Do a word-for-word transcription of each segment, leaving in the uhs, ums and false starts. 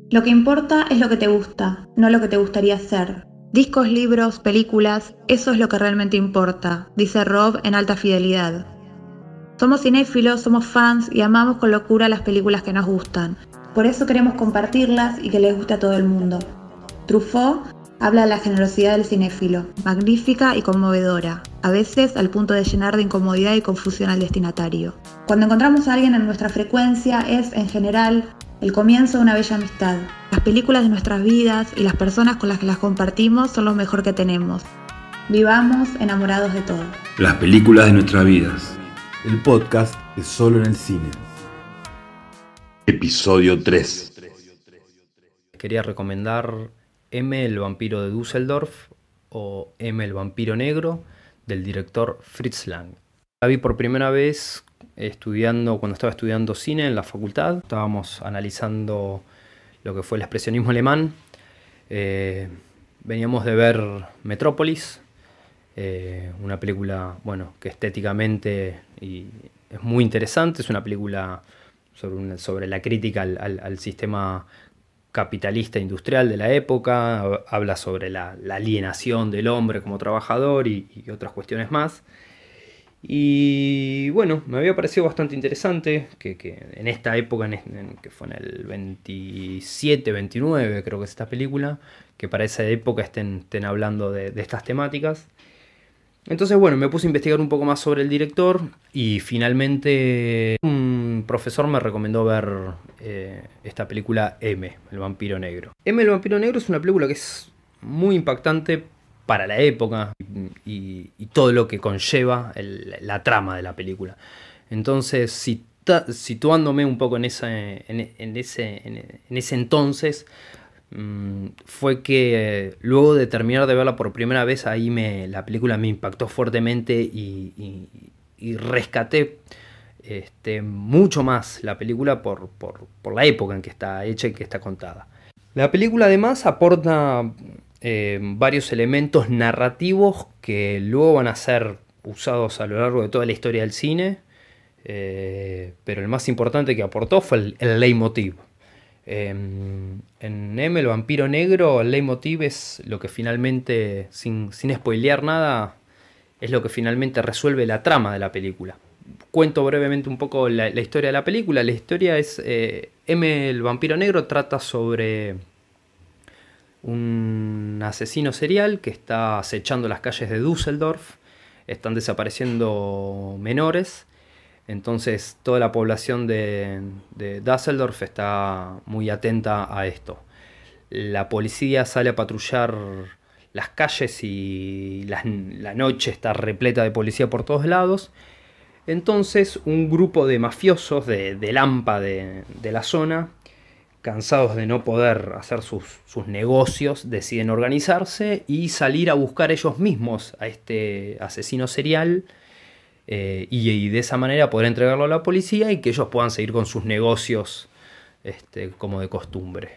Lo que importa es lo que te gusta, no lo que te gustaría hacer. Discos, libros, películas, eso es lo que realmente importa, dice Rob en Alta Fidelidad. Somos cinéfilos, somos fans y amamos con locura las películas que nos gustan. Por eso queremos compartirlas y que les guste a todo el mundo. Truffaut habla de la generosidad del cinéfilo, magnífica y conmovedora, a veces al punto de llenar de incomodidad y confusión al destinatario. Cuando encontramos a alguien en nuestra frecuencia es, en general, el comienzo de una bella amistad. Las películas de nuestras vidas y las personas con las que las compartimos son lo mejor que tenemos. Vivamos enamorados de todo. Las películas de nuestras vidas. El podcast es Solo en el Cine. Episodio tres. Quería recomendar M, el vampiro de Düsseldorf, o M, el vampiro negro, del director Fritz Lang. La vi por primera vez estudiando, cuando estaba estudiando cine en la facultad. Estábamos analizando lo que fue el expresionismo alemán. Eh, veníamos de ver Metrópolis, eh, una película, bueno, que estéticamente y es muy interesante. Es una película sobre, una, sobre la crítica al, al, al sistema capitalista industrial de la época. Habla sobre la, la alienación del hombre como trabajador y, y otras cuestiones más. Y bueno, me había parecido bastante interesante que, que en esta época, en, en, que fue en el veintisiete, veintinueve creo que es esta película, que para esa época estén, estén hablando de, de estas temáticas. Entonces bueno, me puse a investigar un poco más sobre el director y finalmente un profesor me recomendó ver eh, esta película M, el vampiro negro. M, el vampiro negro es una película que es muy impactante para la época y, y, y todo lo que conlleva el, la trama de la película. Entonces, cita, situándome un poco en, esa, en, en, ese, en, en ese entonces, mmm, fue que eh, luego de terminar de verla por primera vez, ahí me, la película me impactó fuertemente y, y, y rescaté este, mucho más la película por, por, por la época en que está hecha y que está contada. La película además aporta Eh, varios elementos narrativos que luego van a ser usados a lo largo de toda la historia del cine, eh, pero el más importante que aportó fue el, el leitmotiv. Eh, en M, el vampiro negro, el leitmotiv es lo que finalmente, sin, sin spoilear nada, es lo que finalmente resuelve la trama de la película. Cuento brevemente un poco la, la historia de la película. La historia es, eh, M, el vampiro negro, trata sobre un asesino serial que está acechando las calles de Düsseldorf. Están desapareciendo menores. Entonces toda la población de, de Düsseldorf está muy atenta a esto. La policía sale a patrullar las calles y la, la noche está repleta de policía por todos lados. Entonces un grupo de mafiosos de, de Lampa de, de la zona, cansados de no poder hacer sus, sus negocios, deciden organizarse y salir a buscar ellos mismos a este asesino serial eh, y, y de esa manera poder entregarlo a la policía y que ellos puedan seguir con sus negocios este, como de costumbre.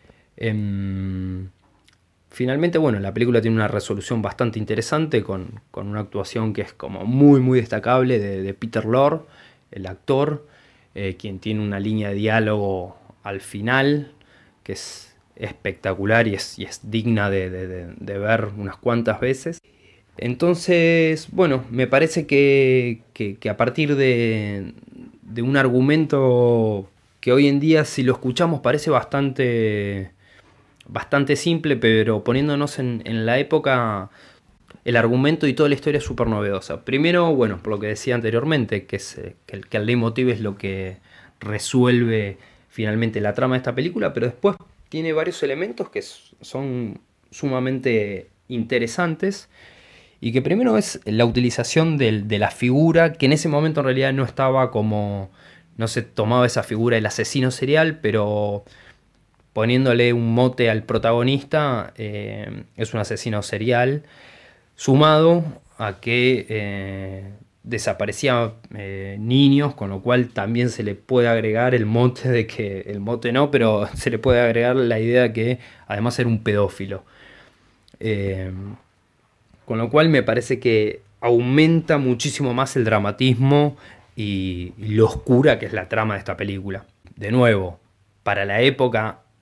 Eh, finalmente, bueno, la película tiene una resolución bastante interesante con, con una actuación que es como muy muy destacable de, de Peter Lorre, el actor, eh, quien tiene una línea de diálogo al final que es espectacular y es, y es digna de, de, de, de ver unas cuantas veces. Entonces, bueno, me parece que, que, que a partir de, de un argumento que hoy en día, si lo escuchamos, parece bastante, bastante simple, pero poniéndonos en, en la época, el argumento y toda la historia es súper novedosa. Primero, bueno, por lo que decía anteriormente, que, es, que, el, que el leitmotiv es lo que resuelve finalmente la trama de esta película, pero después tiene varios elementos que son sumamente interesantes y que primero es la utilización de, de la figura, que en ese momento en realidad no estaba como, no se tomaba esa figura del asesino serial, pero poniéndole un mote al protagonista, eh, es un asesino serial, sumado a que eh, desaparecían eh, niños, con lo cual también se le puede agregar el mote de que, el mote no, pero se le puede agregar la idea de que además era un pedófilo. Eh, con lo cual me parece que aumenta muchísimo más el dramatismo y, y lo oscura que es la trama de esta película. De nuevo, para la época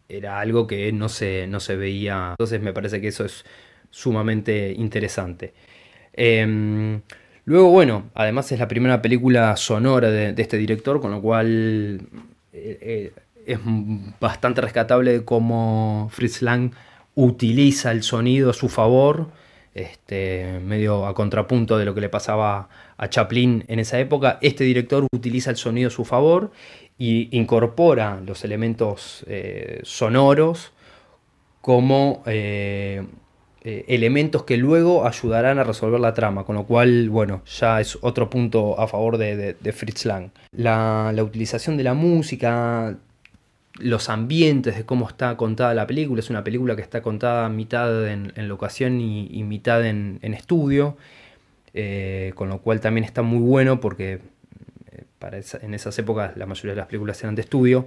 era algo que no se, no se veía. Entonces me parece que eso es sumamente interesante. Eh, luego, bueno, además es la primera película sonora de, de este director, con lo cual eh, eh, es bastante rescatable cómo Fritz Lang utiliza el sonido a su favor, este, medio a contrapunto de lo que le pasaba a Chaplin en esa época. Este director utiliza el sonido a su favor y incorpora los elementos eh, sonoros como eh, eh, elementos que luego ayudarán a resolver la trama, con lo cual, bueno, ya es otro punto a favor de, de, de Fritz Lang. La, la utilización de la música, los ambientes, de cómo está contada la película. Es una película que está contada mitad en, en locación y, y mitad en, en estudio, eh, con lo cual también está muy bueno porque eh, para esa, en esas épocas la mayoría de las películas eran de estudio.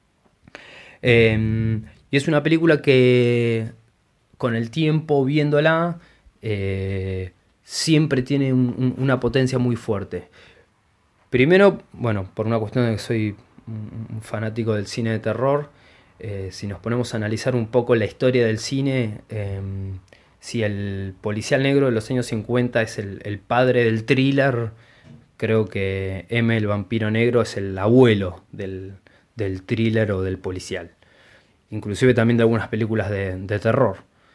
Eh, y es una película que con el tiempo viéndola eh, siempre tiene un, un, una potencia muy fuerte. Primero, bueno, por una cuestión de que soy un fanático del cine de terror. Eh, si nos ponemos a analizar un poco la historia del cine, eh, si el policial negro de los años cincuenta es el, el padre del thriller, creo que M, el vampiro negro, es el abuelo del, del thriller o del policial. Inclusive también de algunas películas de, de terror.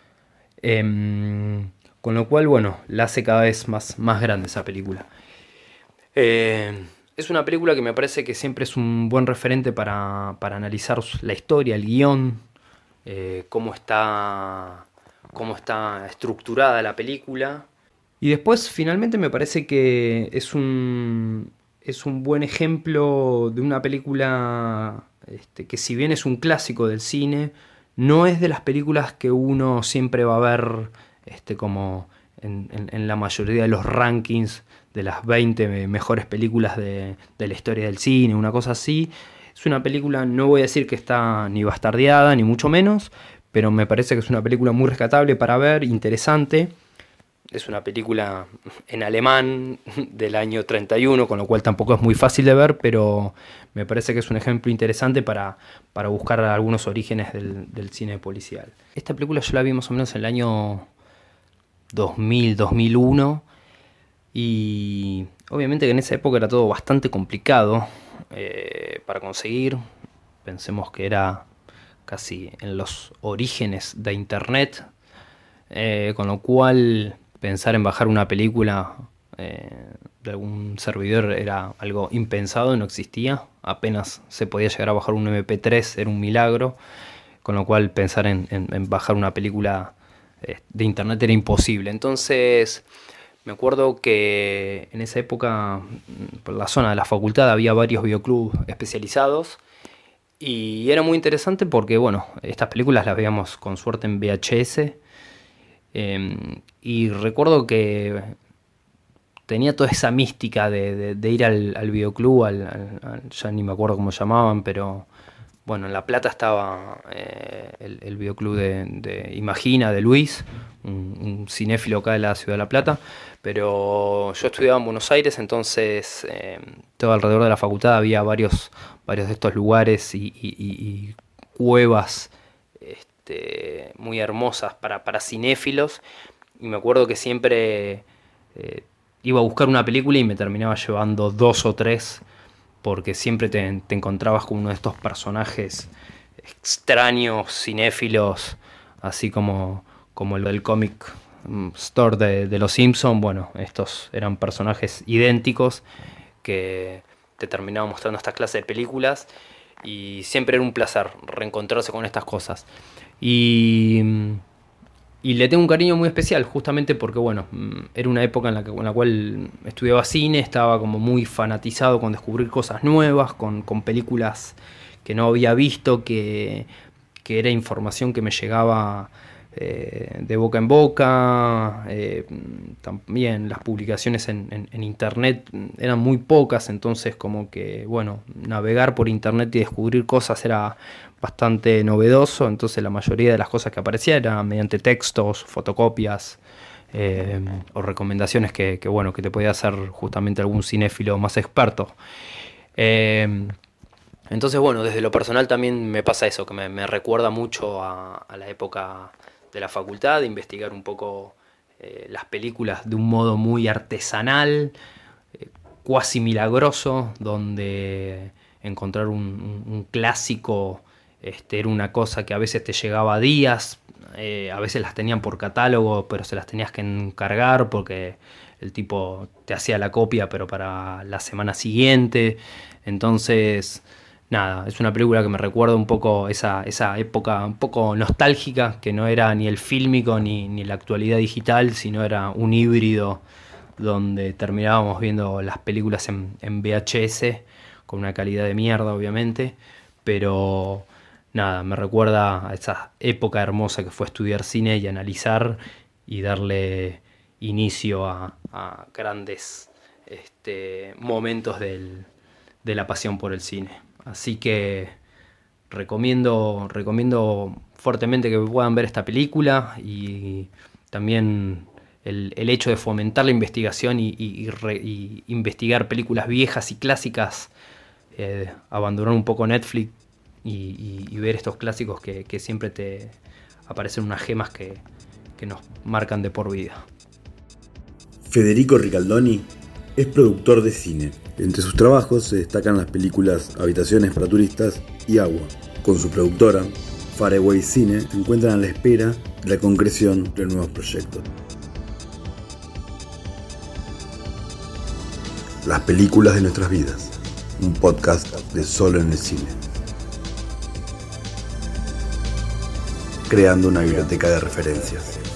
Eh, con lo cual, bueno, la hace cada vez más, más grande esa película. Eh, Es una película que me parece que siempre es un buen referente para, para analizar la historia, el guión, eh, cómo está, cómo está estructurada la película. Y después, finalmente, me parece que es un, es un buen ejemplo de una película este, que, si bien es un clásico del cine, no es de las películas que uno siempre va a ver este, como en, en, en la mayoría de los rankings de las veinte mejores películas de, de la historia del cine, una cosa así. Es una película, no voy a decir que está ni bastardeada, ni mucho menos, pero me parece que es una película muy rescatable para ver, interesante. Es una película en alemán del año treinta y uno, con lo cual tampoco es muy fácil de ver, pero me parece que es un ejemplo interesante para, para buscar algunos orígenes del, del cine policial. Esta película yo la vi más o menos en el año dos mil, dos mil uno, y obviamente que en esa época era todo bastante complicado eh, para conseguir. Pensemos que era casi en los orígenes de internet, eh, con lo cual pensar en bajar una película eh, de algún servidor era algo impensado, no existía. Apenas se podía llegar a bajar un eme pe tres, era un milagro, con lo cual pensar en, en, en bajar una película eh, de internet era imposible. Entonces me acuerdo que en esa época, por la zona de la facultad, había varios videoclubs especializados. Y era muy interesante porque, bueno, estas películas las veíamos con suerte en ve hache ese. Eh, y recuerdo que tenía toda esa mística de, de, de ir al, al videoclub, al, al, al, ya ni me acuerdo cómo llamaban, pero bueno, en La Plata estaba eh, el, el videoclub de, de Imagina, de Luis, un, un cinéfilo acá de la ciudad de La Plata. Pero yo estudiaba en Buenos Aires, entonces eh, todo alrededor de la facultad había varios, varios de estos lugares y, y, y cuevas este, muy hermosas para, para cinéfilos. Y me acuerdo que siempre eh, iba a buscar una película y me terminaba llevando dos o tres, porque siempre te, te encontrabas con uno de estos personajes extraños, cinéfilos, así como, como el del cómic store de, de Los Simpsons. Bueno, estos eran personajes idénticos que te terminaban mostrando estas clases de películas, y siempre era un placer reencontrarse con estas cosas. Y, y le tengo un cariño muy especial, justamente porque, bueno, era una época en la, que, en la cual estudiaba cine, estaba como muy fanatizado con descubrir cosas nuevas, con, con películas que no había visto, que, que era información que me llegaba Eh, de boca en boca. Eh, también las publicaciones en, en, en internet eran muy pocas, entonces como que, bueno, navegar por internet y descubrir cosas era bastante novedoso. Entonces la mayoría de las cosas que aparecían eran mediante textos, fotocopias eh, o recomendaciones que, que, bueno, que te podía hacer justamente algún cinéfilo más experto. Eh, Entonces, bueno, desde lo personal también me pasa eso, que me, me recuerda mucho a, a la época de la facultad, de investigar un poco eh, las películas de un modo muy artesanal, eh, cuasi milagroso, donde encontrar un, un, un clásico este, era una cosa que a veces te llegaba a días, eh, a veces las tenían por catálogo, pero se las tenías que encargar porque el tipo te hacía la copia, pero para la semana siguiente. Entonces, nada, es una película que me recuerda un poco esa, esa época un poco nostálgica, que no era ni el fílmico ni, ni la actualidad digital, sino era un híbrido donde terminábamos viendo las películas en, en V H S, con una calidad de mierda obviamente, pero nada, me recuerda a esa época hermosa que fue estudiar cine y analizar y darle inicio a, a grandes este, momentos del, de la pasión por el cine. Así que recomiendo, recomiendo fuertemente que puedan ver esta película, y también el, el hecho de fomentar la investigación y, y, y, re, y investigar películas viejas y clásicas, eh, abandonar un poco Netflix y, y, y ver estos clásicos que, que siempre te aparecen unas gemas que, que nos marcan de por vida. Federico Ricaldoni es productor de cine. Entre sus trabajos se destacan las películas Habitaciones para turistas y Agua. Con su productora, Faraway Cine, se encuentran a la espera de la concreción de nuevos proyectos. Las películas de nuestras vidas, un podcast de Solo en el Cine. Creando una biblioteca de referencias.